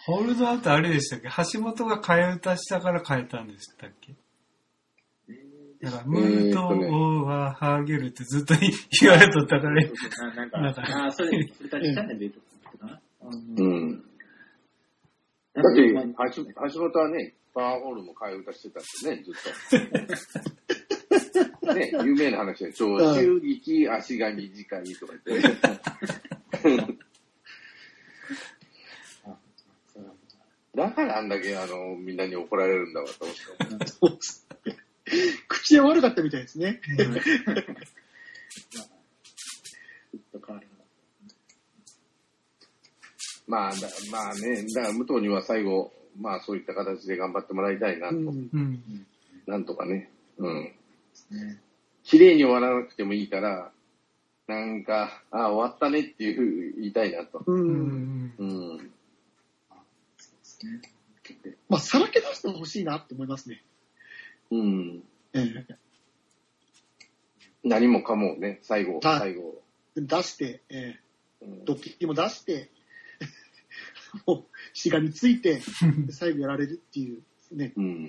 ホールドアウトあれでしたっけ？橋本が替え歌したから変えたんでしたっけ？だから、ムートはハーゲルってずっと言われとったから、 なんか、それチャンネルで言うとかな。 うん。だって、橋本はね、パワーホールも替え歌してたんですね、ずっと。ね、有名な話で、長州力、足が短いとか言って。だからあんだけみんなに怒られるんだわと思って。 口は悪かったみたいですね。 まあね、だから武藤には最後、まあそういった形で頑張ってもらいたいなと。なんとかね。綺麗に終わらなくてもいいから、なんか、終わったねっていう言いたいなと。 まあ、さらけ出してほしいなって思いますね。 何もかもね、最後。 出して、ドッキリも出して、もう、しがみついて、最後やられるっていうね。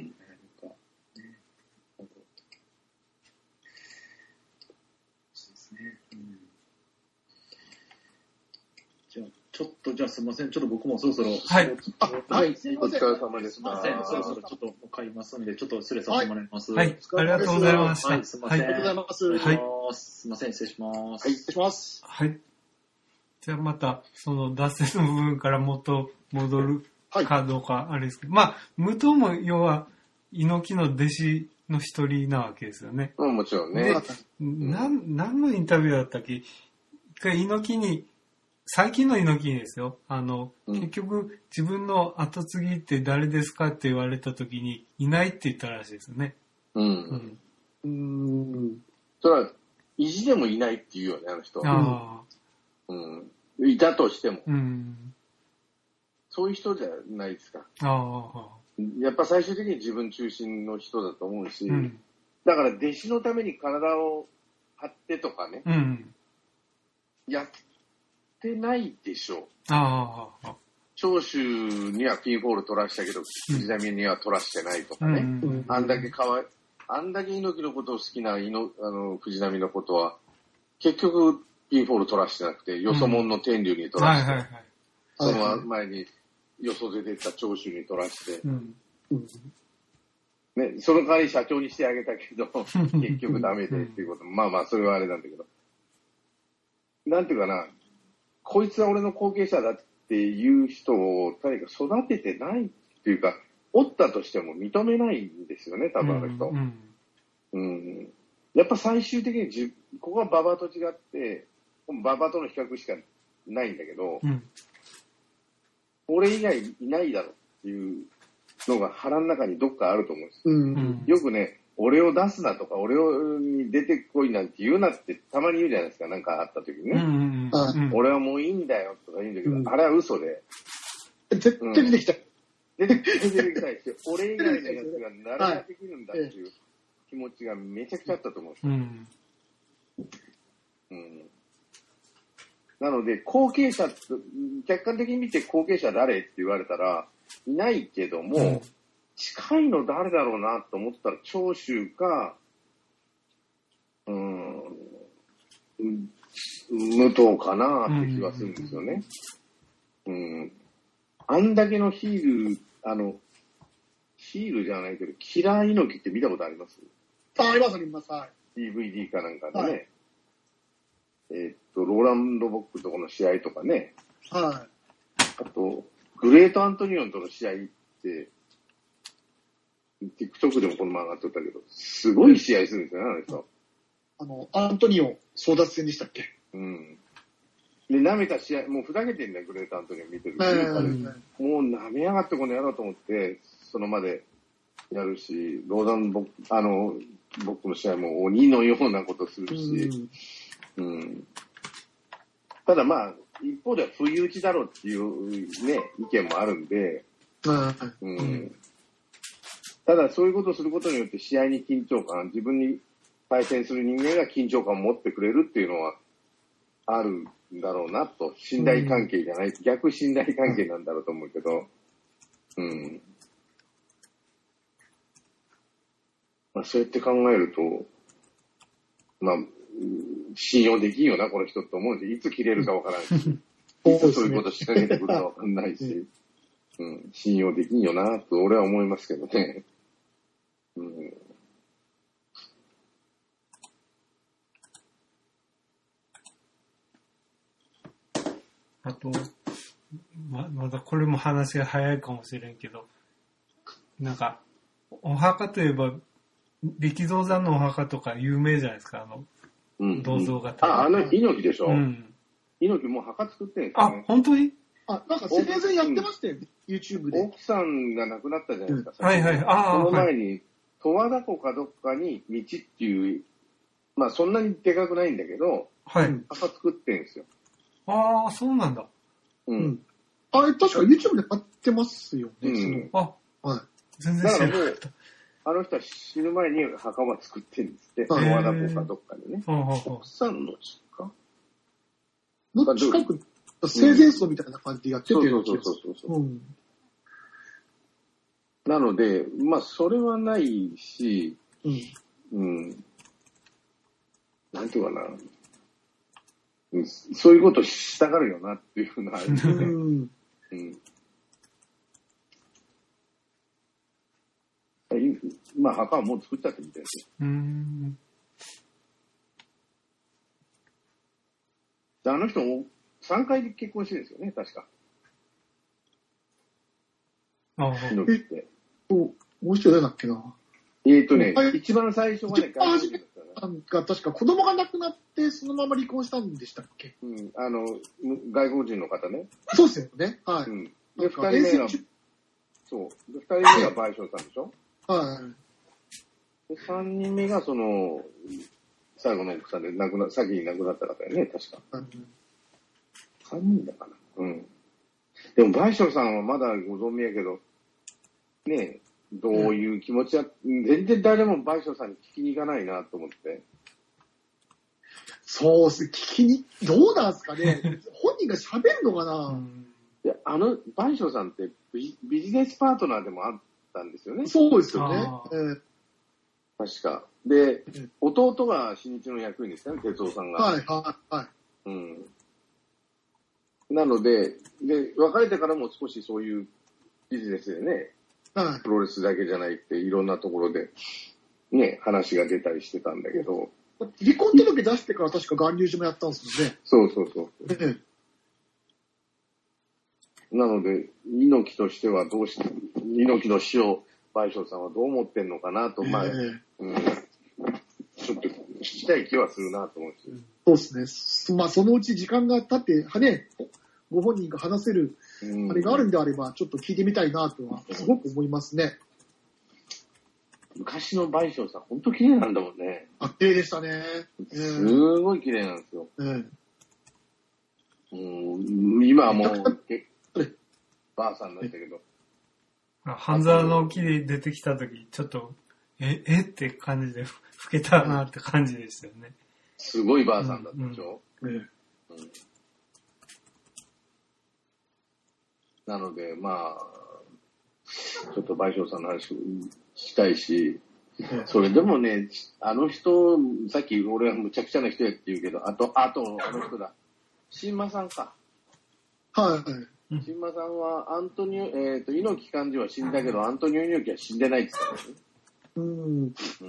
じゃあすみません。ちょっと僕もそろそろ。 はい。すいません。お疲れ様です。 すみません。そろそろちょっと買いますんで、ちょっと失礼させてもらいます。 はい。ありがとうございました。 はい。すみません。 ありがとうございます。 はい。 すみません。失礼します。 はい。失礼します。 はい。じゃあまた、その脱線の部分から戻るかどうかあれですけど、まあ、武藤も要は、猪木の弟子の一人なわけですよね。 もちろんね。 何のインタビューだったっけ？一回猪木に、最近の猪木にですよ。結局自分の後継ぎって誰ですかって言われた時にいないって言ったらしいですよね。 それは意地でもいないって言うよね、あの人。いたとしても。そういう人じゃないですか。やっぱ最終的に自分中心の人だと思うし、だから弟子のために体を張ってとかね、やってないでしょう。長州にはピンフォール取らしたけど、藤波には取らしてないとかね。あんだけ猪木のことを好きな藤波のことは、結局ピンフォール取らしてなくて、よそ者の天竜に取らして、その前によそで出た長州に取らして、ね、その代わり社長にしてあげたけど、結局ダメでっていうこと、まあまあそれはあれなんだけど、なんていうかな、こいつは俺の後継者だっていう人を誰か育ててないっていうか、おったとしても認めないんですよね、多分あの人。やっぱ最終的にここは馬場と違って、馬場との比較しかないんだけど、俺以外いないだろうっていうのが腹の中にどっかあると思うんです。よくね、俺を出すなとか、俺に出てこいなんて言うなってたまに言うじゃないですか、なんかあった時にね。俺はもういいんだよとか言うんだけど、あれは嘘で。 絶対出てきた。 出てきたいし、俺以外のやつが誰ができるんだっていう気持ちがめちゃくちゃあったと思うんですよ。なので、後継者、客観的に見て後継者誰って言われたら、いないけども、近いの誰だろうなと思ったら、長州か、武藤かなって気がするんですよね。あんだけのヒールじゃないけど、キラー猪木って見たことあります？ あります。 DVD かなんかでね。ローランド・ボックとこの試合とかね。あと、グレート・アントニオンとの試合って、TikTok でもこの漫画撮ったけど、すごい試合するんですよね、あの人。 アントニオ争奪戦でしたっけ？ で、舐めた試合、もうふざけてんだよ、グレート・アントニオン見てる。もう舐めやがってこの野郎と思って、その場でやるし、ローランド・ボックの試合も鬼のようなことするし、ただまあ、一方では不意打ちだろうっていうね、意見もあるんで、ただそういうことをすることによって試合に緊張感、自分に対戦する人間が緊張感を持ってくれるっていうのはあるんだろうなと、信頼関係じゃない、逆信頼関係なんだろうと思うけど、 うん。まあ、そうやって考えると、まあ、信用できんよな、この人って思うんですよ。いつ切れるかわからないし、いつそういうこと仕掛けてくるかわかんないし、うん、信用できんよな、と俺は思いますけどね。うん、 あと、まだこれも話が早いかもしれんけど、なんか、お墓といえば、力道山のお墓とか有名じゃないですか、銅像型。 猪木でしょ、うん、猪木もう墓作ってんですよね。 あ、本当に？ なんか生前やってましたよ、YouTube で。 奥さんが亡くなったじゃないですか。 はいはい。 その前に、十和田湖かどっかに道っていう、まあそんなにでかくないんだけど、 はい。 墓作ってんですよ。 ああ、そうなんだ。 うん。あれ、確か YouTube で買ってますよね。 うん。 はい。全然知らなかった。あの人は死ぬ前に墓場作ってるんですって。十和田湖かどっかでね。奥さんの実家の近く、生前葬みたいな感じでやっててるんですよ。 そう。なので、まあ、それはないし、なんていうかな。そういうことしたがるよなっていうのはあるよね。まあ、墓はもう作っちゃってみたいですよ。あの人も3回結婚してるんですよね、確か。 猪木って。もう一人誰だっけな。 一番最初がね、 確か子供が亡くなってそのまま離婚したんでしたっけ？ 外国人の方ね。 そうですよね。はい。 で、2人目が、そう。で、2人目が賠償さんでしょ？はい。で、3人目が最後の奥さんで先に亡くなった方よね、確か。3人だかな。うん。でも、賠償さんはまだご存命やけど、ねえ、どういう気持ち全然誰も賠償さんに聞きに行かないなと思って。 そうっす、どうなんすかね。本人が喋るのかな。 いや、賠償さんってビジネスパートナーでもあったんですよね。 そうですよね。 確か。で、弟が新日の役員ですよね、哲夫さんが。 はい。 なので、別れてからも少しそういうビジネスでね、プロレスだけじゃないっていろんなところでね、話が出たりしてたんだけど。 離婚届出してから確か巌流島やったんですよね。 そう。なので、猪木としては猪木の死を賠償さんはどう思ってんのかなと、ちょっと聞きたい気はするなと思うし。 そうですね。まあ、そのうち時間が経って、ね、ご本人が話せる、あれがあるんであれば、ちょっと聞いてみたいなとは、すごく思いますね。 昔の賠償さん、本当綺麗なんだもんね。 綺麗でしたね。 すごい綺麗なんですよ。今はもう、ばあさんになったけど。 半沢の木で出てきたとき、ちょっと、って感じで、老けたなって感じでしたよね。 すごいばあさんだったでしょ。なので、まあ、ちょっと賠償さんの話したいし、それでもね、あの人、さっき俺はむちゃくちゃな人やって言うけど、あとあの人だ。新馬さんか。 はい。 新馬さんは、猪木幹事は死んだけど、アントニオ猪木は死んでないって言ったね。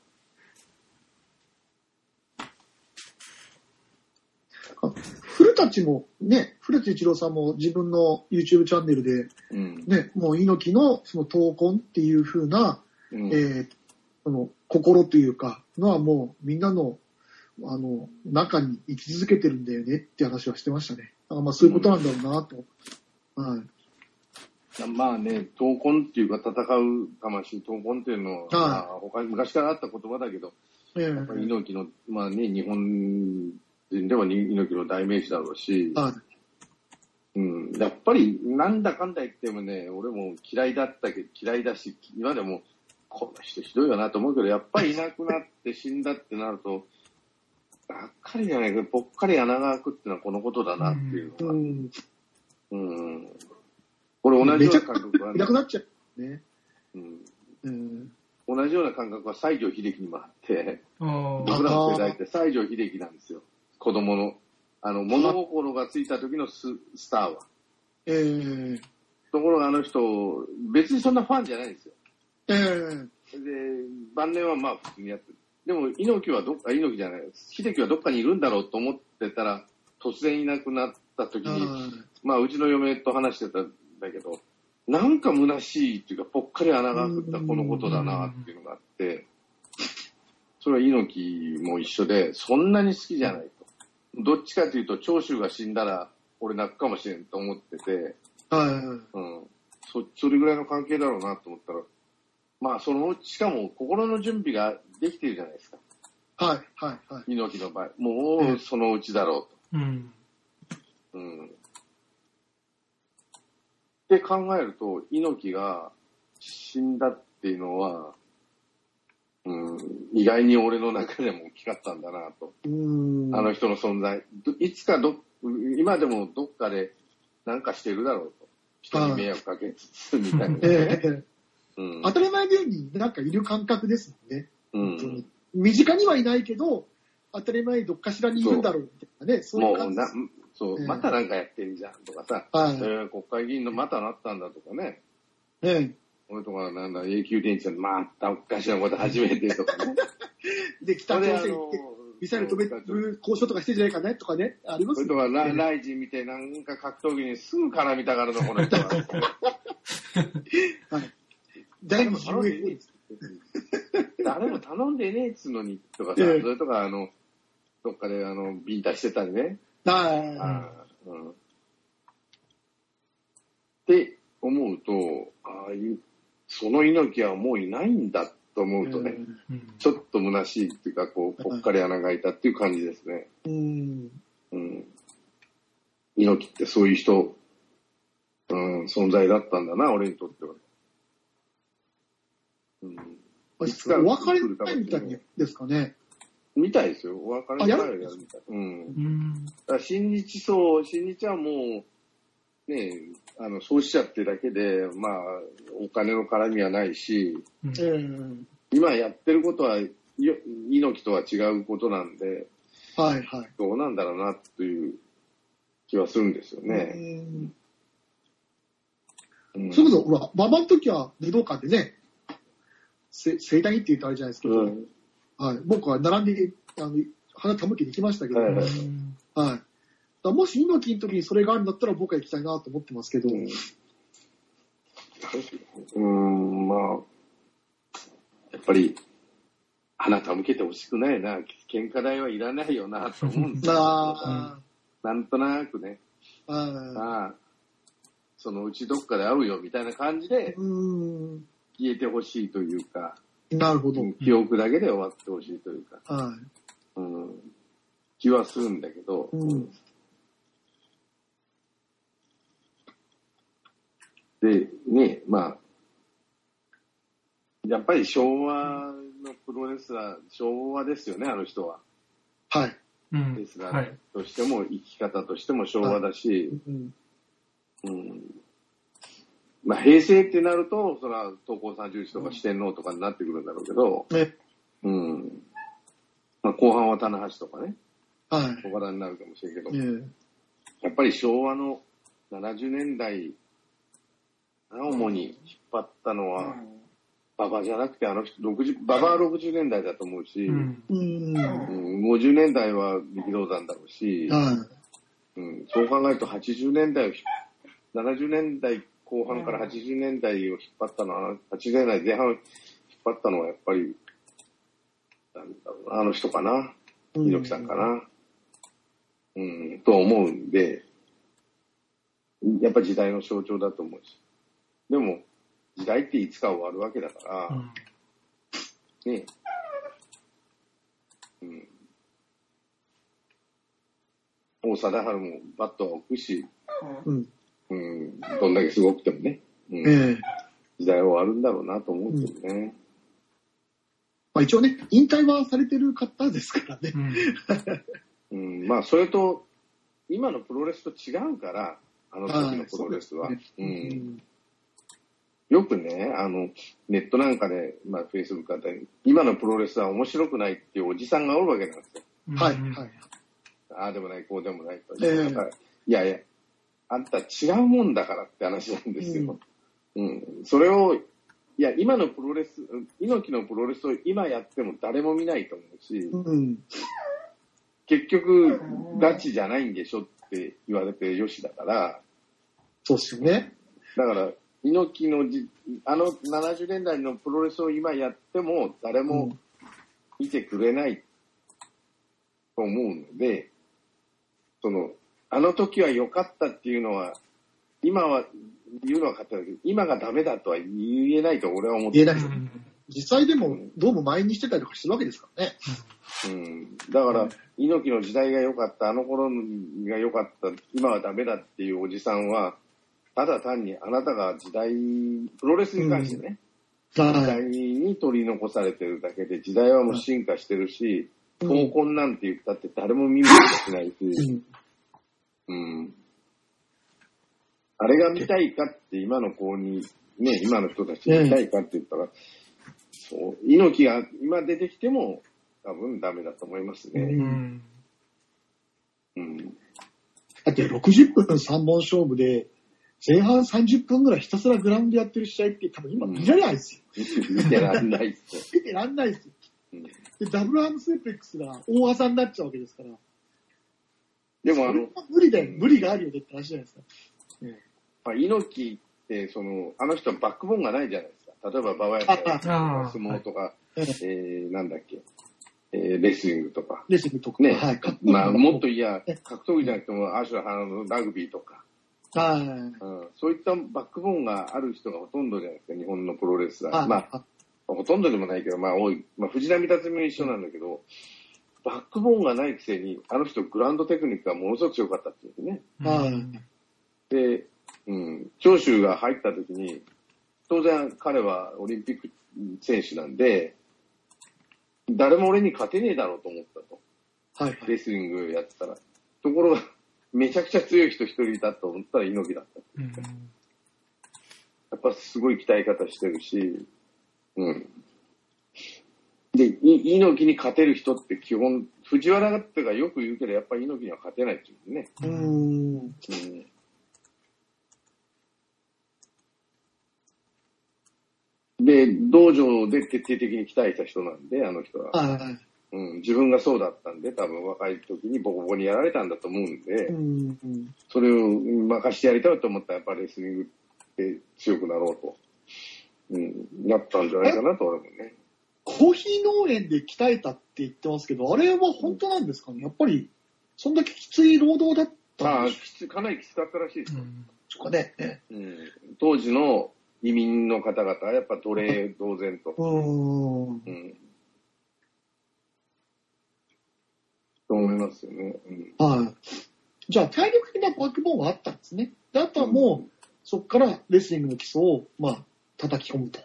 古舘もね、古舘一郎さんも自分の YouTube チャンネルで、ね、もう猪木のその闘魂っていう風な、その心というかのはもうみんなの中に生き続けてるんだよねって話はしてましたね。だからまあそういうことなんだろうなと。 まあね、闘魂っていうか戦う魂、闘魂っていうのは、昔からあった言葉だけど、やっぱり猪木の、まあね、日本人では猪木の代名詞だろうし、やっぱりなんだかんだ言ってもね、俺も嫌いだし、今でもこんな人ひどいよなと思うけど、やっぱりいなくなって死んだってなると、がっかりじゃないけど、ぽっかり穴が開くっていうのはこのことだなっていうのが。 これ同じような感覚は、 いなくなっちゃうね。 同じような感覚は西城秀樹にもあって、僕らの世代って西城秀樹なんですよ。子供の、物心がついた時のスターは。ところがあの人、別にそんなファンじゃないんですよ。で、晩年はまあ普通にやってる。でも、猪木じゃない、秀樹はどっかにいるんだろうと思ってたら、突然いなくなった時に、まあうちの嫁と話してたんだけど、なんか虚しいっていうか、ぽっかり穴が開いたこのことだなっていうのがあって、それは猪木も一緒で、そんなに好きじゃないと。どっちかというと、長州が死んだら俺泣くかもしれんと思ってて、それぐらいの関係だろうなと思ったら、まあしかも心の準備ができているじゃないですか。猪木の場合。もうそのうちだろうと。って考えると、猪木が死んだっていうのは、意外に俺の中でも大きかったんだなと。あの人の存在。いつか今でもどっかで何かしてるだろうと。人に迷惑かけつつ、みたいな、ね。 当たり前のようになんかいる感覚ですもんね。本当に身近にはいないけど、当たり前にどっかしらにいるんだろうみたいなね。そういう感じです。 またなんかやってんじゃんとかさ、国会議員のまたなったんだとかね。俺とかなんだ、永久電池のまたおかしなこと始めてとかね。 で、北朝鮮行って、ミサイル止める交渉とかしてんじゃないかねとかね。ありますね。 それとか、ライジン見てなんか格闘技にすぐ絡みたがるの、この人は。 誰も頼んでねえ。誰も頼んでねえっつうのに、とかさ、それとか、どっかで、ビンタしてたりね。って思うと、その猪木はもういないんだと思うとね、ちょっと虚しいっていうか、ぽっかり穴が開いたっていう感じですね。猪木ってそういう人、存在だったんだな、俺にとっては。 お別れ会みたいですかね。 みたいですよ。お別れ会をやるみたい。だから新日はもう、ね、創始者ってだけで、まあ、お金の絡みはないし、今やってることは、猪木とは違うことなんで、どうなんだろうな、という気はするんですよね。 それこそ、ほら、馬場の時は武道館でね、盛大にって言うとあれじゃないですけど、僕は並んで、花手向けに行きましたけど、もし猪木の時にそれがあるんだったら僕は行きたいなと思ってますけど。 まあ、やっぱり、花手向けてほしくないな、喧嘩代はいらないよな、と思うんですよ。なんとなくね。そのうちどっかで会うよ、みたいな感じで、消えてほしいというか、 なるほど。 記憶だけで終わってほしいというか、気はするんだけど、で、ね、まあ、やっぱり昭和のプロレスラー、昭和ですよね、あの人は。レスラーとしても、生き方としても昭和だし、まあ、平成ってなると、それは東光三十一とか四天王とかになってくるんだろうけど、まあ、後半は棚橋とかね、小柄になるかもしれんけど、やっぱり昭和の70年代が主に引っ張ったのは、馬場じゃなくて、馬場は60年代だと思うし、50年代は力道山だろうし、そう考えると80年代を70年代後半から80年代を引っ張ったのは、80年代前半を引っ張ったのはやっぱり、なんだろうな、あの人かな、猪木さんかな、と思うんで、やっぱり時代の象徴だと思うし。でも、時代っていつか終わるわけだから、ね、王貞治もバットは置くし、どんだけすごくてもね、時代は終わるんだろうなと思うけどね。 まあ、一応ね、引退はされてる方ですからね。 まあ、それと、今のプロレスと違うから、 あの時のプロレスは。よくね、ネットなんかで、まあ、Facebook あたり、今のプロレスは面白くないっていうおじさんがおるわけなんですよ。 はい、はい。 ああでもない、こうでもないと。いやいや、あんた違うもんだからって話なんですよ。それを、いや、今のプロレス、猪木のプロレスを今やっても誰も見ないと思うし、結局、ガチじゃないんでしょって言われてよしだから、 そうですよね。 だから、猪木の70年代のプロレスを今やっても誰も見てくれないと思うので、あの時は良かったっていうのは、今は言うのは勝手だけど、今がダメだとは言えないと俺は思ってる。 言えない。実際でも、どうも前にしてたりとかしてるわけですからね。 だから、猪木の時代が良かった、あの頃が良かった、今はダメだっていうおじさんは、ただ単にあなたがプロレスに関してね、時代に取り残されてるだけで、時代はもう進化してるし、闘魂なんて言ったって誰も耳にしないし、あれが見たいかって今の子に、ね、今の人たちに見たいかって言ったら、そう、猪木が今出てきても多分ダメだと思いますね。 だって60分3本勝負で、前半30分ぐらいひたすらグラウンドやってる試合って多分今見られないですよ。 見てらんないですよ。 見てらんないですよ。で、ダブルアームスープレックスが大技になっちゃうわけですから。 でも無理だよ、無理があるよねって話じゃないですか。 猪木って、あの人はバックボーンがないじゃないですか。例えば、馬場やったり、相撲とか、なんだっけ、レスリングとか。 レスリングとか。 ね。まあ、もっといや、格闘技じゃなくても、アシュラハのラグビーとか。そういったバックボーンがある人がほとんどじゃないですか、日本のプロレスラー。まあ、ほとんどでもないけど、まあ多い。まあ、藤波辰巳も一緒なんだけど、バックボーンがないくせに、あの人グラウンドテクニックがものすごく強かったっていうね。で、長州が入った時に、当然彼はオリンピック選手なんで、誰も俺に勝てねえだろうと思ったと。レスリングやってたら。ところが、めちゃくちゃ強い人一人いたと思ったら猪木だった。やっぱすごい鍛え方してるし、で、猪木に勝てる人って基本、藤原ってかよく言うけど、やっぱり猪木には勝てないっていうね。で、道場で徹底的に鍛えた人なんで、あの人は。自分がそうだったんで、多分若い時にボコボコにやられたんだと思うんで、それを任してやりたいと思ったら、やっぱりレスリングって強くなろうと、なったんじゃないかなと思うね。 コーヒー農園で鍛えたって言ってますけど、あれは本当なんですかね。やっぱり、そんだけきつい労働だったんですか。かなりきつかったらしいですよ。 当時の移民の方々はやっぱ奴隷同然と。と思いますよね。 じゃあ、体力的なバックボーンはあったんですね。で、あとはもう、そこからレスリングの基礎を、まあ、叩き込むと。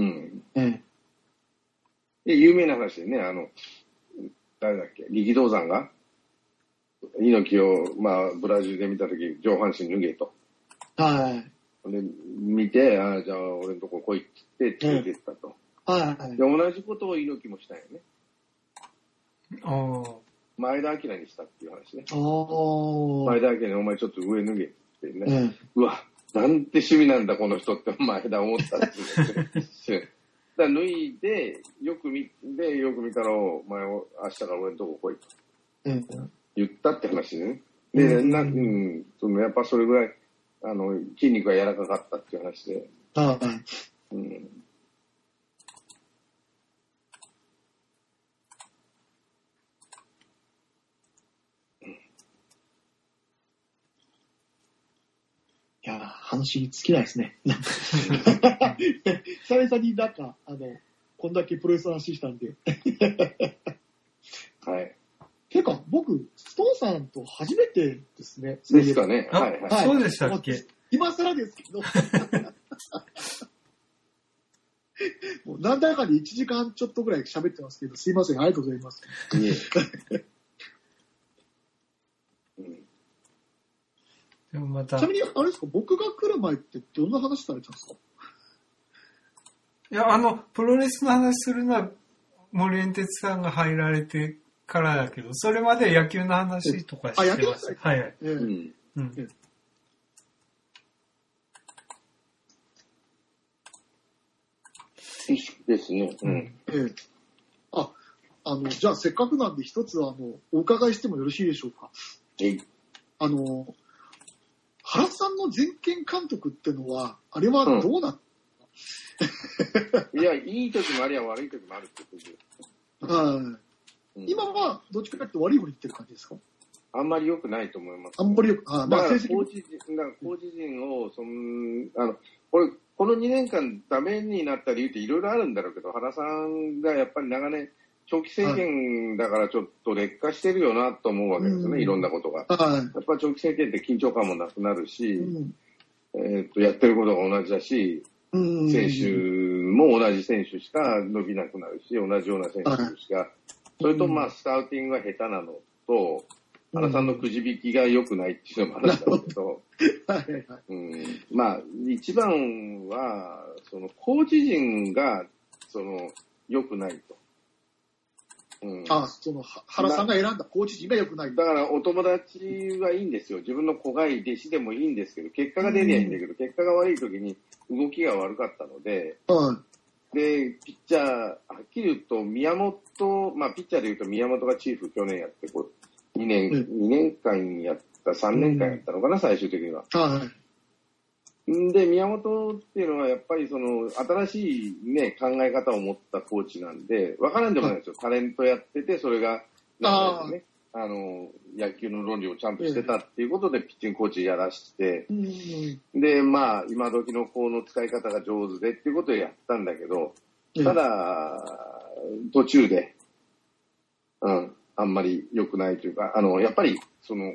で、有名な話でね、誰だっけ、力道山が、猪木を、まあ、ブラジルで見たとき、上半身脱げと。で、見て、じゃあ、俺のとこ来いって言って連れてったと。で、同じことを猪木もしたんよね。前田明にしたっていう話ね。前田明にお前ちょっと上脱げってね。うわ、なんて趣味なんだこの人って前田思ったっていう。だ脱いで、よく見たら、お前明日から俺のとこ来いと。言ったって話ね。で、やっぱそれぐらい、筋肉が柔らかかったっていう話で。 いや、話尽きないですね。久々になんか、こんだけプロレスの話したんで。てか、僕、ストーンさんと初めてですね。 ですかね。 そうでしたっけ？ 今更ですけど。もう何だかで1時間ちょっとぐらい喋ってますけど、すいません、ありがとうございます。 でもまた。 ちなみに、あれですか、僕が来る前ってどんな話されたんですか？ いや、プロレスの話するのは森エンテツさんが入られてからだけど、それまで野球の話とかしてました。はいはい。 ですね。 じゃあせっかくなんで一つお伺いしてもよろしいでしょうか。原さんの前県監督ってのは、あれはどうなった、 いや、いい時もありゃ悪い時もあるってことで。今はどっちかというと悪い方に行ってる感じですか？ あんまり良くないと思います。 あんまり良く、 だからコーチ陣を、この2年間ダメになった理由っていろいろあるんだろうけど、原さんがやっぱり長年、長期政権だからちょっと劣化してるよなと思うわけですよね、いろんなことが。やっぱり長期政権って緊張感もなくなるし、やってることが同じだし、選手も同じ選手しか伸びなくなるし、同じような選手しか、それとスカウティングが下手なのと、原さんのくじ引きが良くないっていうのもあるんだろうけど、一番は、コーチ陣が、良くないと。 原さんが選んだコーチ陣が良くない。 だからお友達はいいんですよ。自分の子がいい弟子でもいいんですけど、結果が出りゃいいんだけど、結果が悪い時に動きが悪かったので、で、ピッチャー、はっきり言うと宮本、ピッチャーで言うと宮本がチーフ去年やって、2年間やった、3年間やったのかな、最終的には。で、宮本っていうのはやっぱり新しいね、考え方を持ったコーチなんで、わからんでもないですよ。タレントやってて、それが、ね、野球の論理をちゃんとしてたっていうことで、ピッチングコーチやらして、で、今時の子の使い方が上手でっていうことをやったんだけど、ただ、途中で、あんまり良くないというか、やっぱり、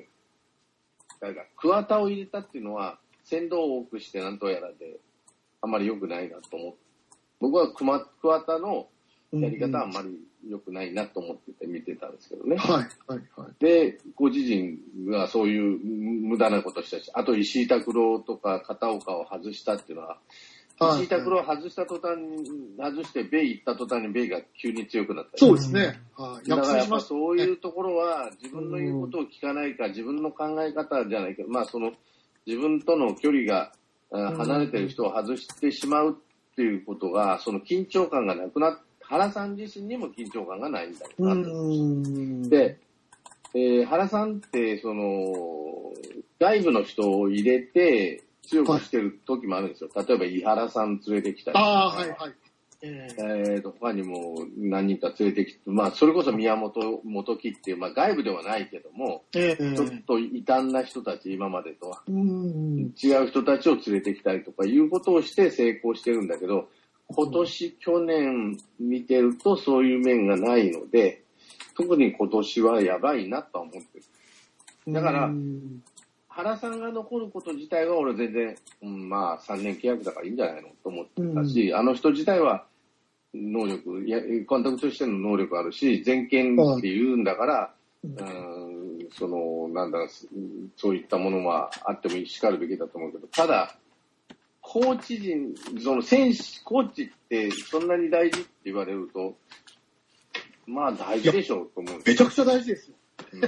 桑田を入れたっていうのは、先導を多くしてなんとやらで、あんまり良くないなと思って、僕は桑田のやり方はあんまり良くないなと思ってて見てたんですけどね。で、コーチ陣がそういう無駄なことしたし、あと石井拓郎とか片岡を外したっていうのは、石井拓郎を外してベイ行った途端にベイが急に強くなった。 そうですね。 だからやっぱそういうところは自分の言うことを聞かないか、自分の考え方じゃないけど、自分との距離が離れてる人を外してしまうっていうことが、その緊張感がなくなっ原さん自身にも緊張感がないんだろうなと。で、原さんって外部の人を入れて強くしてる時もあるんですよ。例えば井原さん連れてきたりとか。他にも何人か連れてきて、それこそ宮本元木っていう、外部ではないけども、ちょっと異端な人たち、今までとは。違う人たちを連れてきたりとかいうことをして成功してるんだけど、去年見てるとそういう面がないので、特に今年はやばいなとは思ってる。だから、原さんが残ること自体は俺全然、3年契約だからいいんじゃないのと思ってたし、あの人自体は能力、監督としての能力あるし、全権って言うんだから、そういったものはあってもしかるべきだと思うけど、ただ、コーチ陣、コーチってそんなに大事って言われると、大事でしょうと思う。 めちゃくちゃ大事ですよ。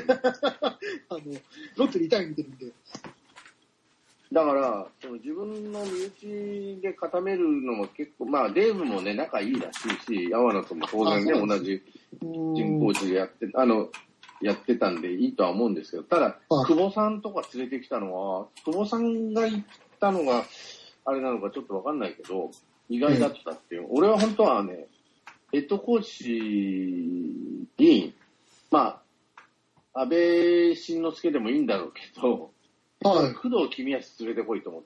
ロッテに痛い見てるんで。 だから、自分の身内で固めるのも結構、デーブもね、仲いいらしいし、山野とも当然ね、同じ人コーチでやってたんでいいとは思うんですけど、ただ、久保さんとか連れてきたのは、久保さんが言ったのが、あれなのかちょっとわかんないけど、意外だったっていう。俺は本当はね、ヘッドコーチに、安倍晋之助でもいいんだろうけど、工藤公康連れてこいと思った。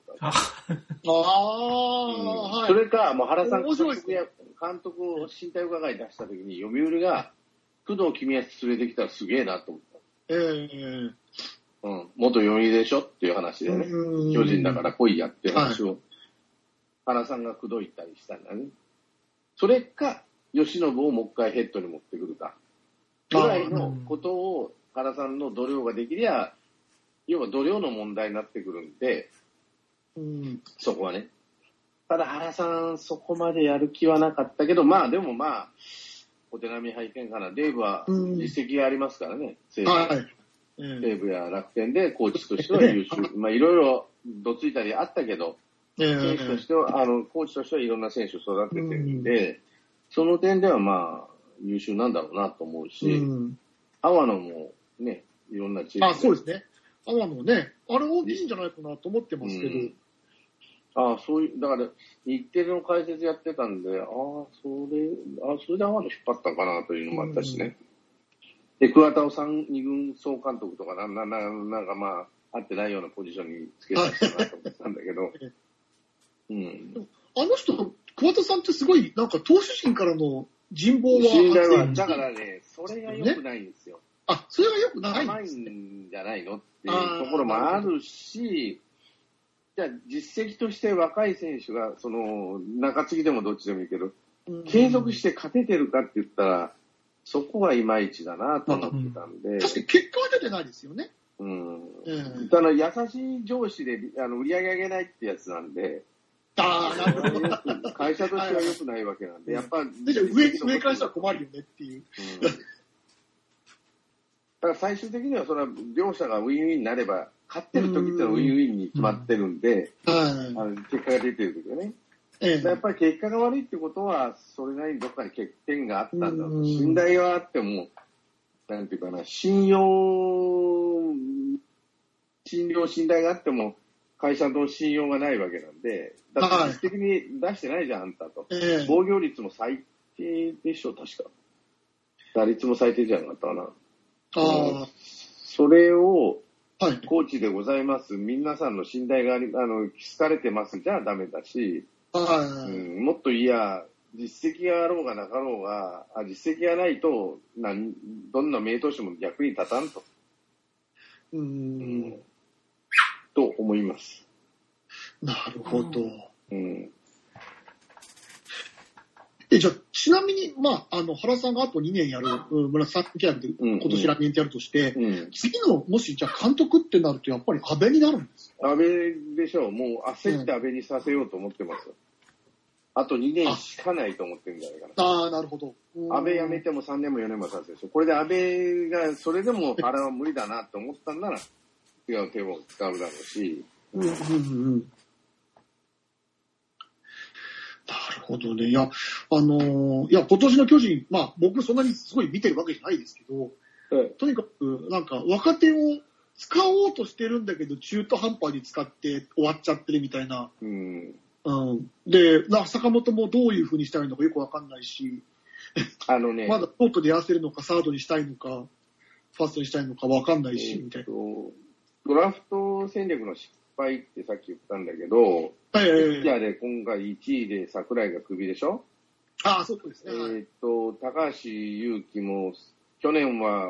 それか、原さん監督を身体伺い出した時に、読売が工藤公康連れてきたらすげえなと思った。元読売でしょっていう話でね、巨人だから来いやっていう話を、原さんが口説いたりしたんだね。それか、吉信をもう一回ヘッドに持ってくるか。ぐらいのことを原さんの度量ができりゃ、 要は度量の問題になってくるんで、そこはね。ただ原さん、そこまでやる気はなかったけど、まあでもまあ、お手並み拝見かな。デーブは実績がありますからね。西武や楽天でコーチとしては優秀。まあいろいろどついたりあったけど、選手としては、コーチとしてはいろんな選手を育ててるんで、その点ではまあ優秀なんだろうなと思うし、阿波野もね、いろんなチーム。 そうですね。阿波野ね、あれ大きいんじゃないかなと思ってますけど。 そういう、だから、日テレの解説やってたんで、それで阿波野引っ張ったかなというのもあったしね。で、桑田を2軍総監督とかなんかまあ、合ってないようなポジションにつけた人かなと思ったんだけど。 あの人、桑田さんってすごい、なんか投手陣からの人望は。 信頼は、だからね、それが良くないんですよ。 それが良くない甘いんじゃないのっていうところもあるし、じゃあ実績として若い選手が、中継ぎでもどっちでもいいけど、継続して勝ててるかって言ったら、そこはいまいちだなと思ってたんで。 確かに結果は出てないですよね。 ただ優しい上司で売り上げ上げないってやつなんで、 なるほど。 会社としては良くないわけなんで、やっぱ上からしたら困るよねっていう。 だから最終的にはそれは両者がウィンウィンになれば、勝ってる時ってのはウィンウィンに決まってるんで、結果が出てる時はね。やっぱり結果が悪いってことは、それなりにどっかに欠点があったんだと。信頼があっても、なんていうかな、信頼があっても、会社の信用がないわけなんで、だって実質的に出してないじゃん、あんたと。防御率も最低でしょ、確か。打率も最低じゃなかったかな。それを、コーチでございます。皆さんの信頼が気づかれてますじゃダメだし、もっと実績があろうがなかろうが、実績がないと、どんな名投手も逆に立たんと。と思います。 なるほど。じゃあ、ちなみに、原さんがあと2年やる、紫キャラで今年来年ってやるとして、次の、もし、じゃあ監督ってなると、やっぱり安倍になるんですか？ 安倍でしょう。もう焦って安倍にさせようと思ってます。あと2年しかないと思ってるんじゃないかな。 なるほど。 安倍辞めても3年も4年も経つでしょ。これで安倍が、それでも原は無理だなって思ったんなら、違う手を使うだろうし。 なるほどね。今年の巨人、僕そんなにすごい見てるわけじゃないですけど、とにかく、若手を使おうとしてるんだけど、中途半端に使って終わっちゃってるみたいな。で、坂本もどういう風にしたらいいのかよくわかんないし、まだショートでやらせるのか、サードにしたいのか、ファーストにしたいのかわかんないし、みたいな。 ドラフト戦略の失敗ってさっき言ったんだけど、ピッチャーで今回1位で櫻井がクビでしょ？ そうですね。 高橋優貴も、去年は、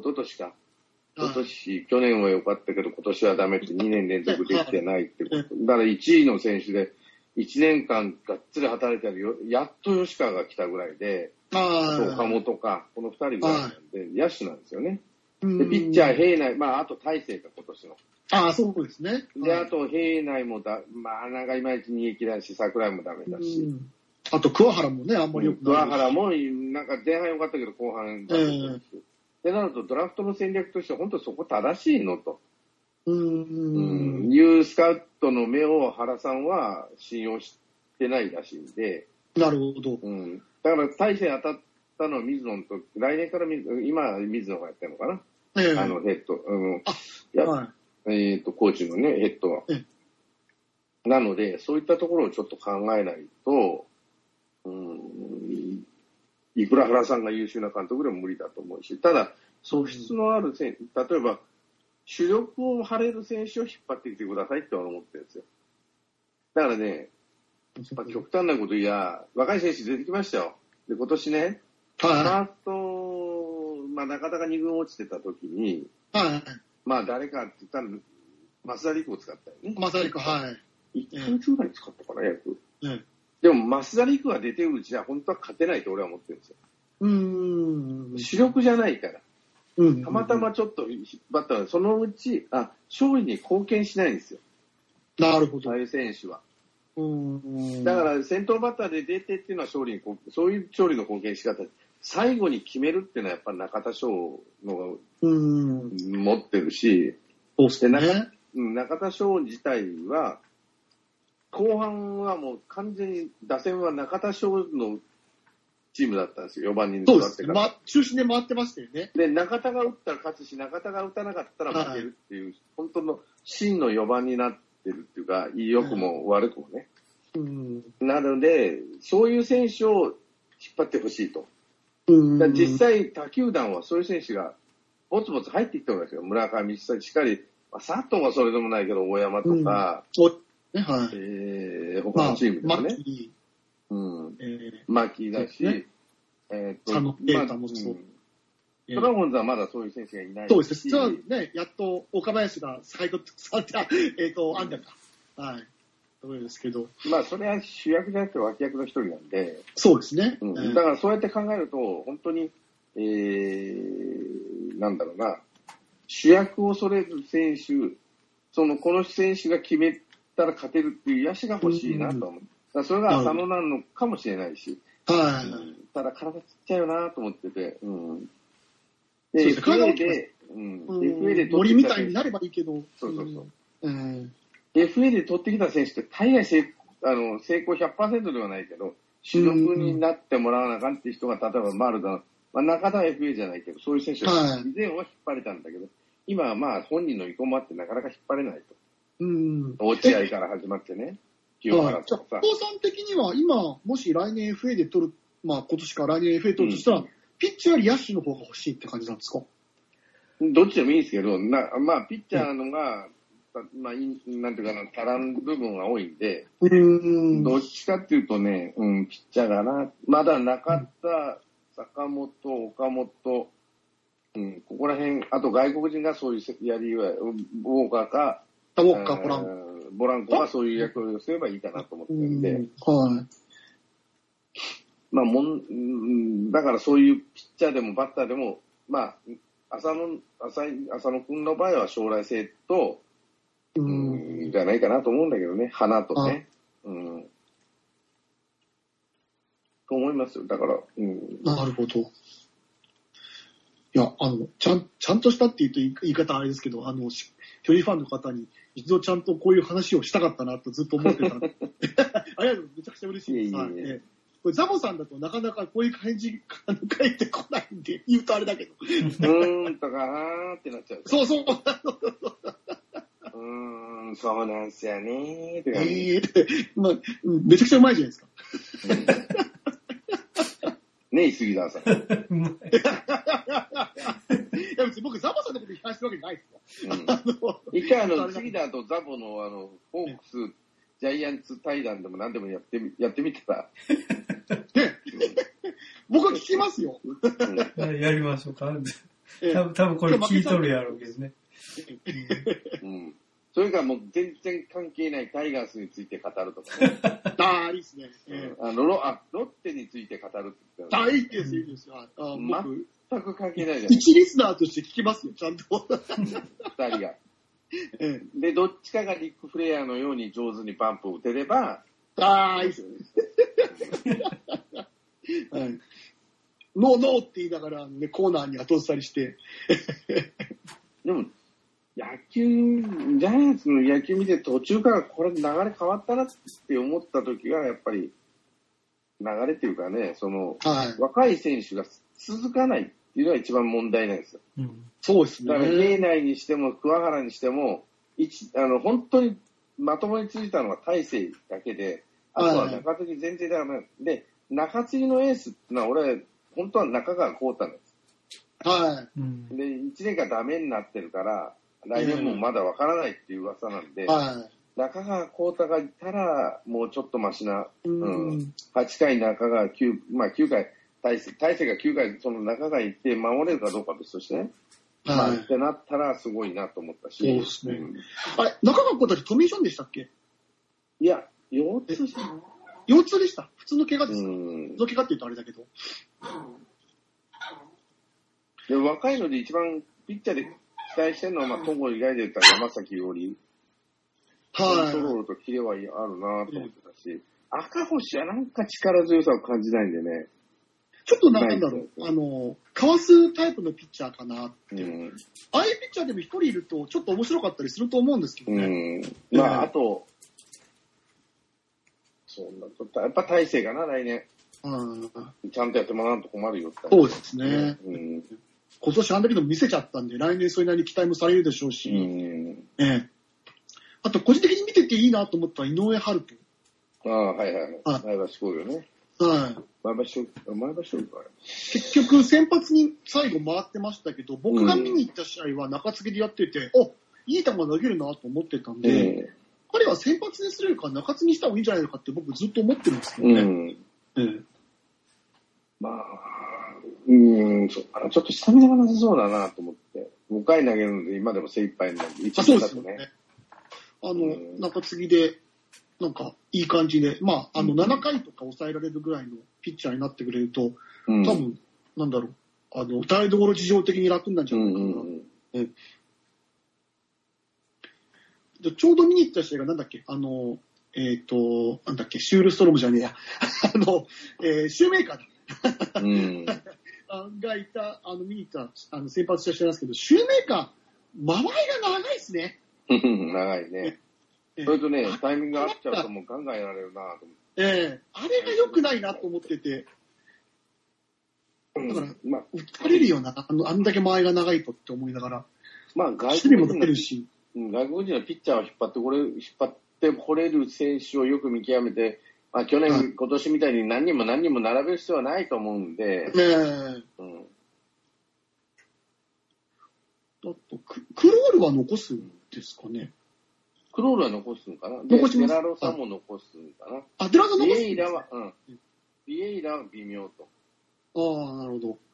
去年は良かったけど、今年はダメって2年連続できてないってこと。だから1位の選手で、1年間がっつり働いてるやっと吉川が来たぐらいで、岡本か、この2人ぐらいなんで、野手なんですよね。で、ピッチャー、平内、あと大勢か、今年の。 そうですね。 で、あと、平内もいまいち逃げ切らんし、桜井もダメだし。 あと、桑原もね、あんまり良くない。 桑原も、前半良かったけど、後半ダメだし。ってなると、ドラフトの戦略として本当にそこ正しいのと。いうスカウトの目を原さんは信用してないらしいんで。 なるほど。 だから、大勢当たったのは水野と、来年から今、水野がやってるのかな。ヘッド。コーチのね、ヘッドは。なので、そういったところをちょっと考えないと、いくら原さんが優秀な監督でも無理だと思うし、ただ、素質のある選手、例えば、主力を張れる選手を引っ張ってきてくださいって思ってるんですよ。だからね、極端なこと若い選手出てきましたよ。で、今年ね、ファースト、中田が2軍落ちてた時に、誰かって言ったら、増田陸を使ったよね。 増田陸、 1ヶ月ぐらい使ったかな、約。でも、増田陸が出てるうちは、本当は勝てないと俺は思ってるんですよ。主力じゃないから。 たまたまちょっと引っ張ったら、そのうち、勝利に貢献しないんですよ。 なるほど。 ああいう選手は。だから、先頭バッターで出てっていうのはそういう勝利の貢献し方。最後に決めるっていうのはやっぱ中田翔の持ってるし、 そうですね。 中田翔自体は、後半はもう完全に打線は中田翔のチームだったんですよ、4番に座ってから。中心で回ってましたよね。 で、中田が打ったら勝つし、中田が打たなかったら負けるっていう、本当の真の4番になってるっていうか、良くも悪くもね。なので、そういう選手を引っ張ってほしいと。実際、他球団はそういう選手がぼつぼつ入ってきてるんですよ。村上しっかり、佐藤はそれでもないけど、大山とか、他のチームでもね。牧だし、 佐野啓太もそう。 ドラゴンズはまだそういう選手がいない。 そうです。実はね、やっと岡林が最後された、アンダーか。はい。そうですけど。 まあ、それは主役じゃなくて脇役の一人なんで。 そうですね。 だからそうやって考えると、本当に、なんだろうな、主役をそれる選手、この選手が決めたら勝てるっていう野手が欲しいなと思う。それが浅野なのかもしれないし。ただ体ちっちゃいよなと思ってて。で、FA で、FA で森みたいになればいいけど。 FA で取ってきた選手って大概成功 100% ではないけど、主力になってもらわなあかんっていう人が、例えば丸田、中田は FA じゃないけど、そういう選手が以前は引っ張れたんだけど、今はまあ本人の意向もあってなかなか引っ張れないと。落合から始まってね。 清原とかさ。お父さん的には今、もし来年 FA で取る、今年から来年 FA 取るとしたら、ピッチャーより野手の方が欲しいって感じなんですか？ どっちでもいいですけど、まあ、ピッチャーのが、なんていうかな、足らん部分が多いんで、どっちかっていうとね、ピッチャーだな。まだ中田、坂本、岡本、ここら辺、あと外国人がそういうやりは、ウォーカーか、ボランコがそういう役割をすればいいかなと思ってるんで、まあだからそういうピッチャーでもバッターでも、まあ、浅野君の場合は将来性と、じゃないかなと思うんだけどね、花とね。と思いますよ、だから。 なるほど。いや、ちゃんとしたって言い方はあれですけど、巨人ファンの方に一度ちゃんとこういう話をしたかったなとずっと思ってたんで。ありがとう、めちゃくちゃ嬉しいです。これザボさんだとなかなかこういう感じ書いてこないんで、言うとあれだけど。 とかなーってなっちゃう。 そう。 そうなんすよねーってめちゃくちゃうまいじゃないですか。 ねえ、杉田さん。いや、別に僕、ザボさんのこと批判してるわけじゃないですよ。 一回杉田とザボのホークス、ジャイアンツ対談でも何でもやってみてた。 僕は聞きますよ。 やりましょうか。多分これ聞いとるやろうけどね。 それからもう全然関係ないタイガースについて語るとかね。 いいですね。 ロッテについて語るって言ったら。いいです、いいです。 全く関係ないじゃない。 一リスナーとして聞きますよ、ちゃんと。 二人が。で、どっちかがリック・フレアのように上手にパンプを打てれば。 いいですよね。ノーって言いながら、コーナーに後ずさりして。 でも、ジャイアンツの野球見て途中からこれ流れ変わったなって思った時は、やっぱり、流れっていうかね、若い選手が続かないっていうのが一番問題なんですよ。 そうですね。 だから、芸内にしても、桑原にしても、本当にまともに続いたのは大勢だけで、あとは中継ぎ全然ダメ。で、中継ぎのエースってのは、俺、本当は中川幸太なんです。で、1年間ダメになってるから、来年もまだわからないっていう噂なんで、中川幸太がいたら、もうちょっとマシな、8回中川9回、大勢が9回、その中川行って守れるかどうかは別としてね。ってなったらすごいなと思ったし。 そうですね。あれ、中川幸太ってトミー・ジョンでしたっけ？ いや、腰痛でした。 腰痛でした。普通の怪我ですか？普通の怪我って言うとあれだけど。 で若いので一番ピッチャーで期待してるのは、戸郷以外で言ったら山崎より、コントロールとキレはあるなと思ってたし、赤星はなんか力強さを感じないんでね。 ちょっとなんだろう、かわすタイプのピッチャーかなって。ああいうピッチャーでも一人いると、ちょっと面白かったりすると思うんですけどね。 あと、そんなこと、やっぱ大勢かな、来年。ちゃんとやってもらうと困るよって。 そうですね。今年あんだけど見せちゃったんで、来年それなりに期待もされるでしょうし。あと、個人的に見てていいなと思ったら井上春人。 はい。前橋工業ね。前橋工業か。 結局、先発に最後回ってましたけど、僕が見に行った試合は中継ぎでやってて、いい球投げるなと思ってたんで、彼は先発にするよりか中継ぎした方がいいんじゃないのかって僕ずっと思ってるんですけどね。 そうかな。ちょっとスタミナがなさそうだなと思って、5回投げるので今でも精一杯なんで、 そうですよね。中継ぎで、なんか、いい感じで、7回とか抑えられるぐらいのピッチャーになってくれると、多分、なんだろう、台所事情的に楽になるんじゃないかな。ちょうど見に行った試合がなんだっけ、なんだっけ、シュールストロムじゃねえや。シューメーカーだ。がいた、見に行った、先発した試合なんですけど、シューメーカー、間合いが長いですね。 長いね。それとね、タイミングが合っちゃうともう考えられるなと思って。 あれが良くないなと思ってて。だから、打たれるような、あんだけ間合いが長いとって思いながら。 外国人のピッチャーを引っ張ってこれる選手をよく見極めて、今年みたいに何人も並べる必要はないと思うんで。 クロールは残すんですかね。 クロールは残すのかな。デラロサも残すのかな。 デラロサ残す。 ビエイラは微妙と。 なるほど。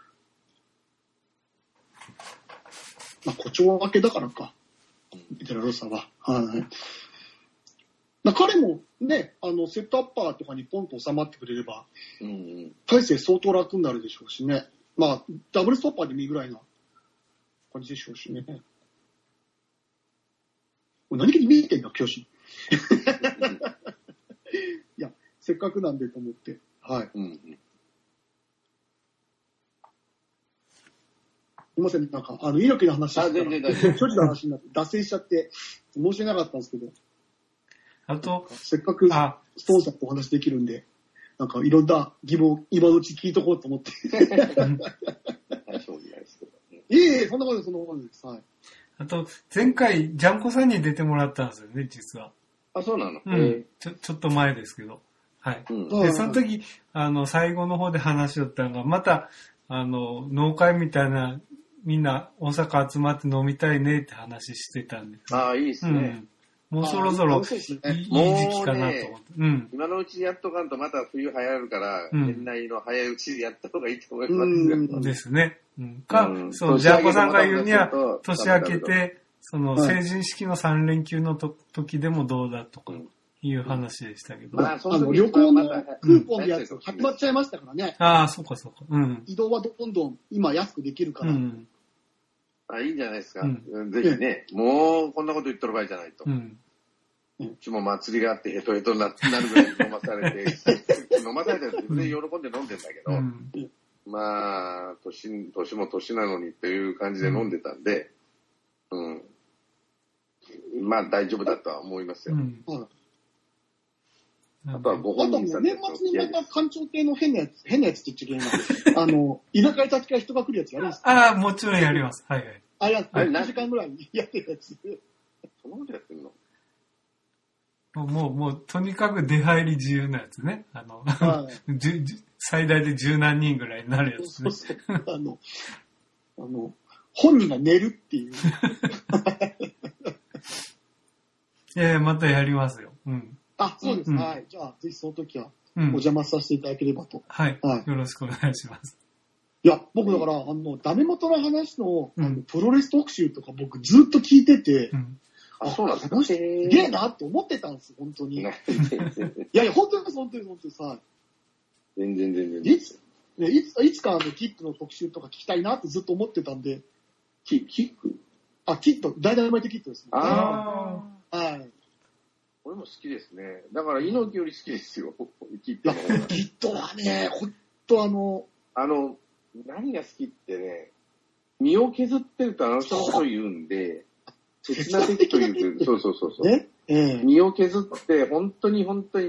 誇張分けだからか。デラロサは。彼もね、セットアッパーとかにポンと収まってくれれば、体勢相当楽になるでしょうしね。ダブルストッパーでもいいぐらいな感じでしょうしね。何気に見てんだ、教師。いや、せっかくなんでと思って。すみません、なんか、猪木の話したら、巨人の話になって、脱線しちゃって、申し訳なかったんですけど。 あと、 せっかく、ストーンさんとお話できるんで、なんか、いろんな疑問、今のうち聞いとこうと思って。そんなことです。 あと、前回、ジャンコさんに出てもらったんですよね、実は。 そうなの？ ちょっと前ですけど。で、その時、最後の方で話しよったのが、また、農会みたいな、みんな大阪集まって飲みたいねって話してたんで。 いいですね。 もうそろそろいい時期かなと思って。 今のうちにやっとかんとまた冬流行るから、年内の早いうちにやった方がいいと思いますよ。 ですね。そのジャーコさんが言うには、年明けて、その成人式の3連休の時でもどうだとかいう話でしたけど。 旅行のクーポンのやつ始まっちゃいましたからね。 そうか。 移動はどんどん今安くできるから。 いいんじゃないですか。ぜひね、もうこんなこと言っとる場合じゃないと。うちも祭りがあってヘトヘトになるぐらい飲まされて、飲まされて自分で喜んで飲んでんだけど、年も年なのにっていう感じで飲んでたんで、大丈夫だとは思いますよ。あとはご本人さん年末にまた官庁系の変なやつって言っちゃいけないな。居酒屋立ちから人が来るやつやるんですか？ もちろんやります。 あれ何時間ぐらいやってるやつ。 そんなことやってるの？ もう、とにかく出入り自由なやつね。最大で10何人ぐらいになるやつね。 本人が寝るっていう。 またやりますよ。 そうです。じゃあ、ぜひその時は、お邪魔させていただければと。 よろしくお願いします。 いや、僕だから、ダメ元の話の、プロレス特集とか僕ずっと聞いてて、 そうなんですか。 すげえなって思ってたんですよ、本当に。いや、本当にさ。 全然。 いつかキッドの特集とか聞きたいなってずっと思ってたんで。 キックキッド、ダイナマイトキッドですね。 はい。俺も好きですね。だから、猪木より好きですよ、キッドの方が。 キッドはね、ほんと何が好きってね、身を削ってると人のこと言うんで、切な的という、そう。身を削って、本当に身を削って、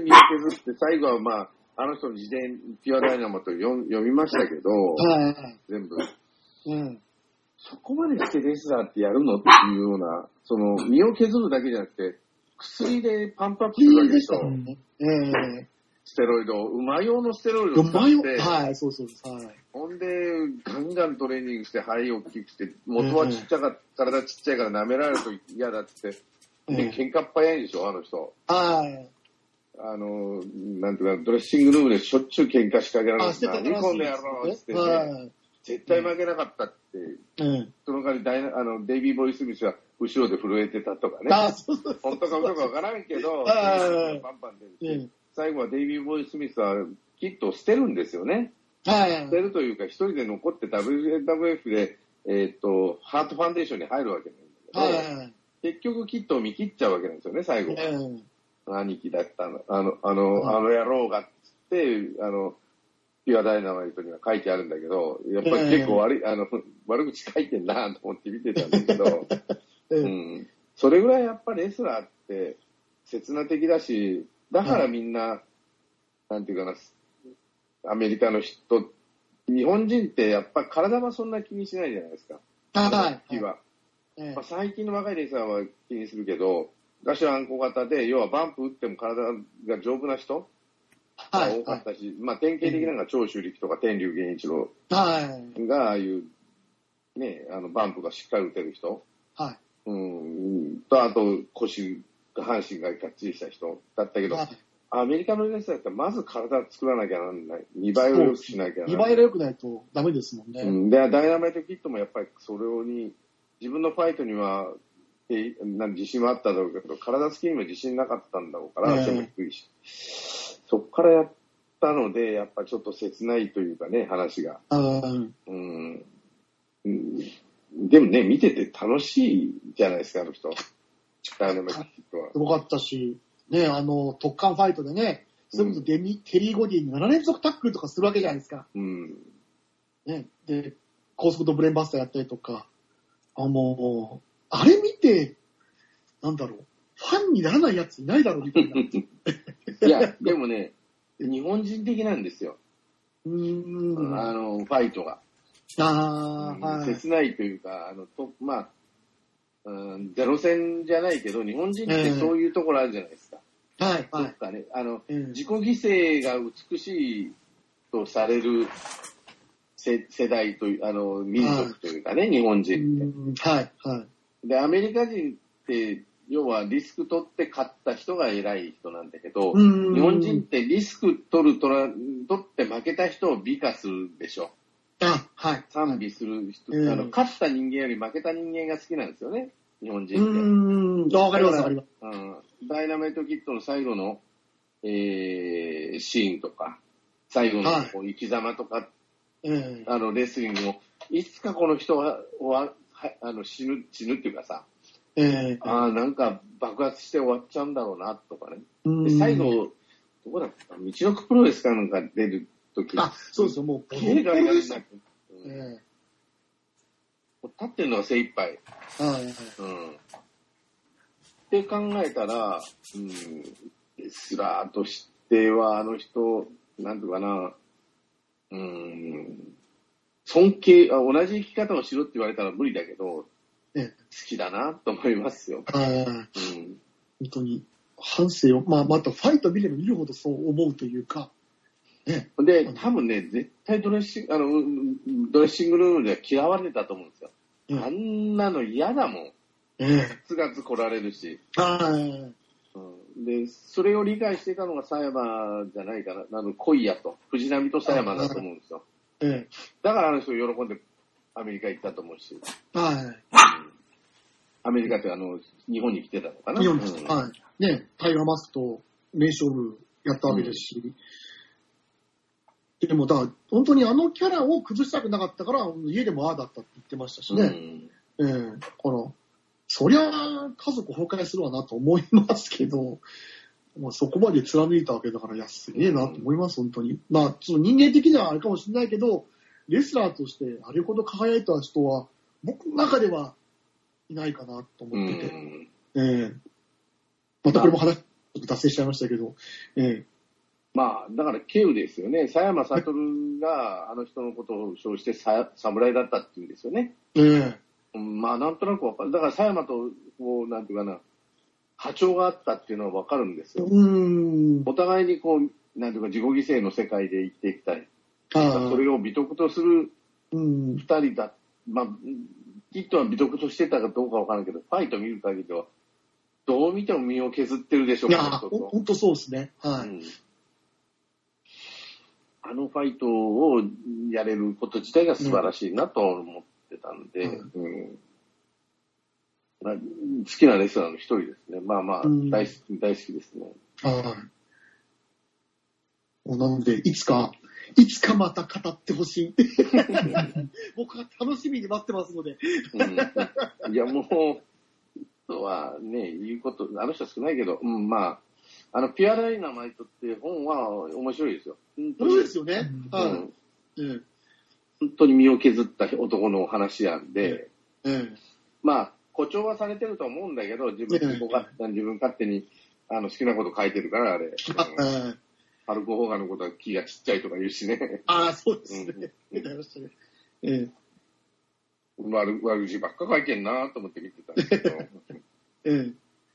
最後はあの人の自伝、ピュアダイナマイト読みましたけど、全部。そこまでしてレスラーってやるのっていうような、身を削るだけじゃなくて、薬でパンプアップするわけでしょ。ステロイド、馬用のステロイドを使って、 はい、そう。 ほんで、ガンガントレーニングして、肺を大きくして、元はちっちゃか、体ちっちゃいから舐められると嫌だって、で、喧嘩っ早いでしょ、あの人。なんていうか、ドレッシングルームでしょっちゅう喧嘩仕掛けられるんですよ。何こんな野郎って言って、絶対負けなかったって、その代わりデイビー・ボイス・スミスは後ろで震えてたとかね。本当か嘘かわからんけど、パンパン出るし、最後はデイビー・ボイス・スミスはキッドを捨てるんですよね。捨てるというか、一人で残って WWF で、ハートファンデーションに入るわけなんだけど、結局キッドを見切っちゃうわけなんですよね、最後は。兄貴だったの。あの野郎がっつって、ピュアダイナマイトには書いてあるんだけど、やっぱり結構悪口書いてんなと思って見てたんだけど、それぐらいやっぱりレスラーって刹那的だし、だからみんな、なんていうかな、アメリカの人、日本人ってやっぱ体はそんな気にしないじゃないですか。気は。最近の若いレスラーは気にするけど、ガシュアンコ型で、要はバンプ打っても体が丈夫な人が多かったし、典型的なのが長州力とか天竜源一郎が、ああいう、ね、バンプがしっかり打てる人。あと腰、半身ががっちりした人だったけど、アメリカのレスラーってまず体作らなきゃなんない。見栄えを良くしなきゃなんない。 見栄えが良くないとダメですもんね。 で、ダイナマイトキッドもやっぱりそれに、自分のファイトには、自信はあっただろうけど、体つきにも自信なかったんだろうから、背も低いし。そっからやったので、やっぱちょっと切ないというかね、話が。でもね、見てて楽しいじゃないですか、あの人。ダイナマイトキッドは。 すごかったし、ね、特艦ファイトでね、それこそテリー・ゴディに7連続タックルとかするわけじゃないですか。ね、で、高速とブレーンバスターやったりとか、あれ見て、なんだろう、ファンにならないやついないだろうみたいな。 いや、でもね、日本人的なんですよ。ファイトが。切ないというか、ゼロ戦じゃないけど、日本人ってそういうところあるじゃないですか。どっかね、自己犠牲が美しいとされる世代という、民族というかね、日本人って。で、アメリカ人って、要はリスク取って勝った人が偉い人なんだけど、日本人ってリスク取って負けた人を美化するでしょ。賛美する人、勝った人間より負けた人間が好きなんですよね、日本人って。 わかります、わかります。 ダイナマイトキッドの最後の、シーンとか、最後の生き様とか、レスリングも、いつかこの人は死ぬっていうかさ、なんか爆発して終わっちゃうんだろうなとかね。で最後、どこだったか、道のくプロレスかなんか出るとき。 そうですよ、もう、 映画になって、立ってるのが精一杯。って考えたら、レスラーとしては、あの人、なんていうかな、尊敬、同じ生き方をしろって言われたら無理だけど、好きだなと思いますよ。 本当に、反省を、またファイト見れば見るほどそう思うというか、 で、多分ね、絶対ドレッシングルームでは嫌われたと思うんですよ。あんなの嫌だもん。ガツガツ来られるし。で、それを理解していたのが佐山じゃないかな、小井谷と、藤波と佐山だと思うんですよ。だからあの人喜んでアメリカ行ったと思うし。アメリカって日本に来てたのかな。 日本に来てた。ね、タイガーマスクと名勝負やったわけですし。 でも、だから、本当にあのキャラを崩したくなかったから、家でもああだったって言ってましたしね。だから、そりゃ、家族崩壊するわなと思いますけど、まあ、そこまで貫いたわけだから、いや、すげえなと思います、本当に。まあ、ちょっと人間的にはあれかもしれないけど、レスラーとしてあれほど輝いた人は、僕の中ではいないかなと思ってて。またこれも話、ちょっと脱線しちゃいましたけど、 まあ、だから、ケウですよね。佐山悟があの人のことを称して侍だったっていうんですよね。まあ、なんとなくわかる。だから、佐山と、こう、なんていうかな、波長があったっていうのはわかるんですよ。お互いにこう、なんていうか、自己犠牲の世界で生きていきたい。それを美徳とする二人だ。まあ、きっとは美徳としてたかどうかわからないけど、ファイト見る限りは、どう見ても身を削ってるでしょう。いや、 本当そうですね。はい。 あのファイトをやれること自体が素晴らしいなと思ってたんで、まあ、好きなレスラーの一人ですね。まあまあ、大好きですね。 なので、いつかまた語ってほしい。僕は楽しみに待ってますので。 いや、もう、とはね、言うこと、あの人は少ないけど、まあ、ピュアダイナマイトって本は面白いですよ。 そうですよね。 本当に身を削った男の話なんで、まあ、誇張はされてると思うんだけど、自分勝手に好きなこと書いてるから、あれ。ハルク・ホーガンのことは気がちっちゃいとか言うしね。 そうですね。 悪口ばっか書いてんなと思って見てたんですけど。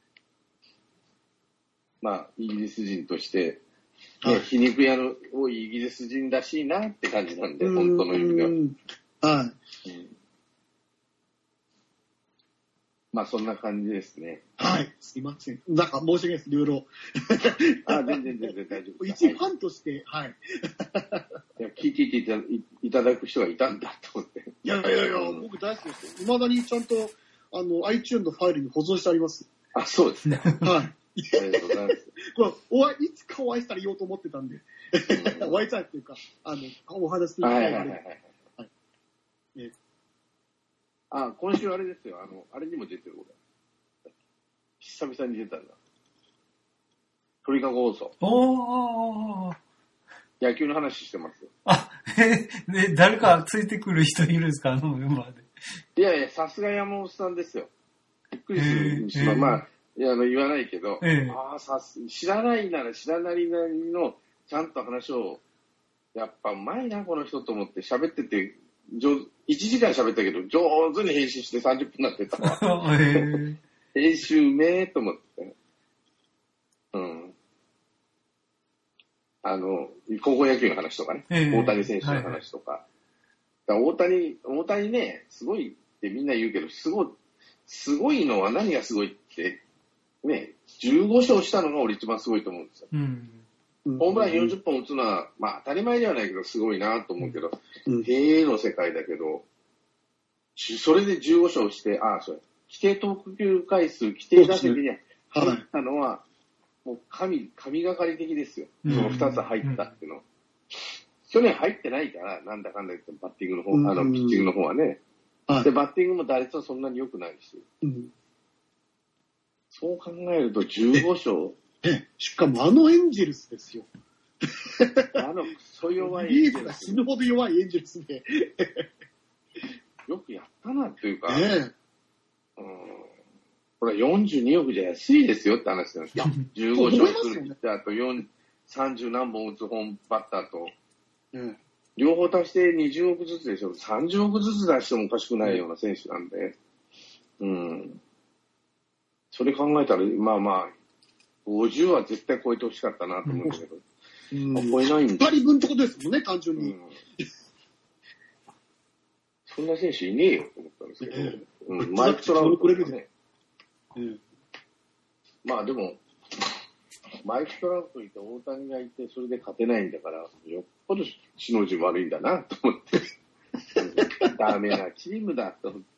まあ、イギリス人として、皮肉屋の多いイギリス人らしいなって感じなんで、本当の意味では。まあ、そんな感じですね。 はい。すいません。なんか申し訳ないです、いろいろ。 全然大丈夫です。 一ファンとして、はい。 いや、聞いていただく人がいたんだと思って。 いや、僕大好きですよ。未だにちゃんと、iTunes のファイルに保存してあります。 そうですね。 はい。 ありがとうございます。 これ、いつかお会いしたら言おうと思ってたんで。お会いしたいっていうか、お話する機会がある。 今週あれですよ。あれにも出てる、俺。久々に出たんだ。鳥かご放送。野球の話してますよ。 誰かついてくる人いるんですか、あのメンバーで。 いやいや、さすが山本さんですよ。びっくりするし、まあ、言わないけど、知らないなら知らないなりの、ちゃんと話を、やっぱうまいな、この人と思って喋ってて、1時間喋ったけど、上手に編集して30分になってたわ。編集うめえと思って。高校野球の話とかね、大谷選手の話とか。大谷ね、すごいってみんな言うけど、すごいのは何がすごいって、ね、15勝したのが俺一番すごいと思うんですよ。ホームラン40本打つのは、まあ当たり前ではないけど、すごいなと思うけど、経営の世界だけど、それで15勝して、規定投球回数、規定打席に入ったのは、もう神がかり的ですよ。その2つ入ったっていうの。去年入ってないから、なんだかんだ言ってバッティングの方、ピッチングの方はね。で、バッティングも打率はそんなに良くないし。そう考えると15勝。 しかもエンジェルスですよ。 クソ弱いリーグが死ぬほど弱いエンジェルスで。 よくやったなっていうか。これ42億じゃ安いですよって話なんですよ。15勝するピッチャーと30何本打つ本バッターと。両方足して20億ずつでしょ。30億ずつ出してもおかしくないような選手なんで。それ考えたら、まあまあ、50は絶対超えてほしかったなと思うんだけど。超えないんだ。 2人分ってことですもんね、単純に。 そんな選手いねえよと思ったんですけど。マイク・トラウトね。まあでも、マイク・トラウトいて大谷がいて、それで勝てないんだから、よっぽど血の字悪いんだなと思って。ダメなチームだと思って。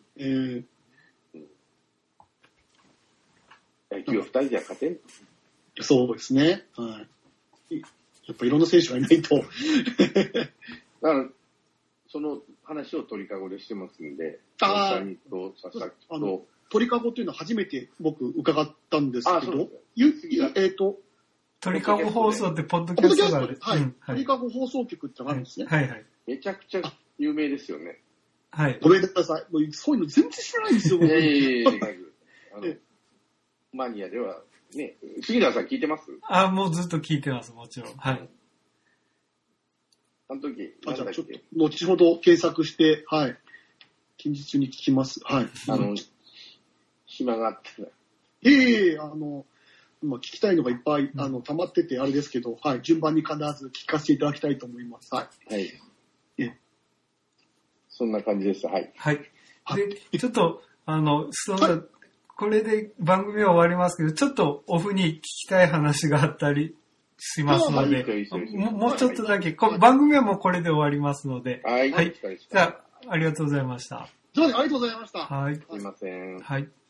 野球は2人じゃ勝てん。 そうですね。はい。 やっぱいろんな選手がいないと。だから、その話を鳥かごでしてますんで、 ああ、鳥かごというのは初めて僕伺ったんですけど、 鳥かご放送ってポッドキャストがある。 はい。鳥かご放送局ってのがあるんですね。 はいはい。 めちゃくちゃ有名ですよね。 はい。 ごめんなさい。もうそういうの全然知らないんですよ。 いやマニアでは、ね、杉田さん聞いてます？ もうずっと聞いてます、もちろん。はい。 あの時、 じゃあちょっと、後ほど検索して、はい。近日に聞きます。はい。 暇があってね。 聞きたいのがいっぱい、溜まっててあれですけど、はい。順番に必ず聞かせていただきたいと思います。はい。 はい。そんな感じです。はい。 はい。で、ちょっと、これで番組は終わりますけど、ちょっとオフに聞きたい話があったりしますので、もうちょっとだけ、番組はもうこれで終わりますので、 はい。 じゃあ、ありがとうございました。 ありがとうございました。 はい。 すいません。 はい。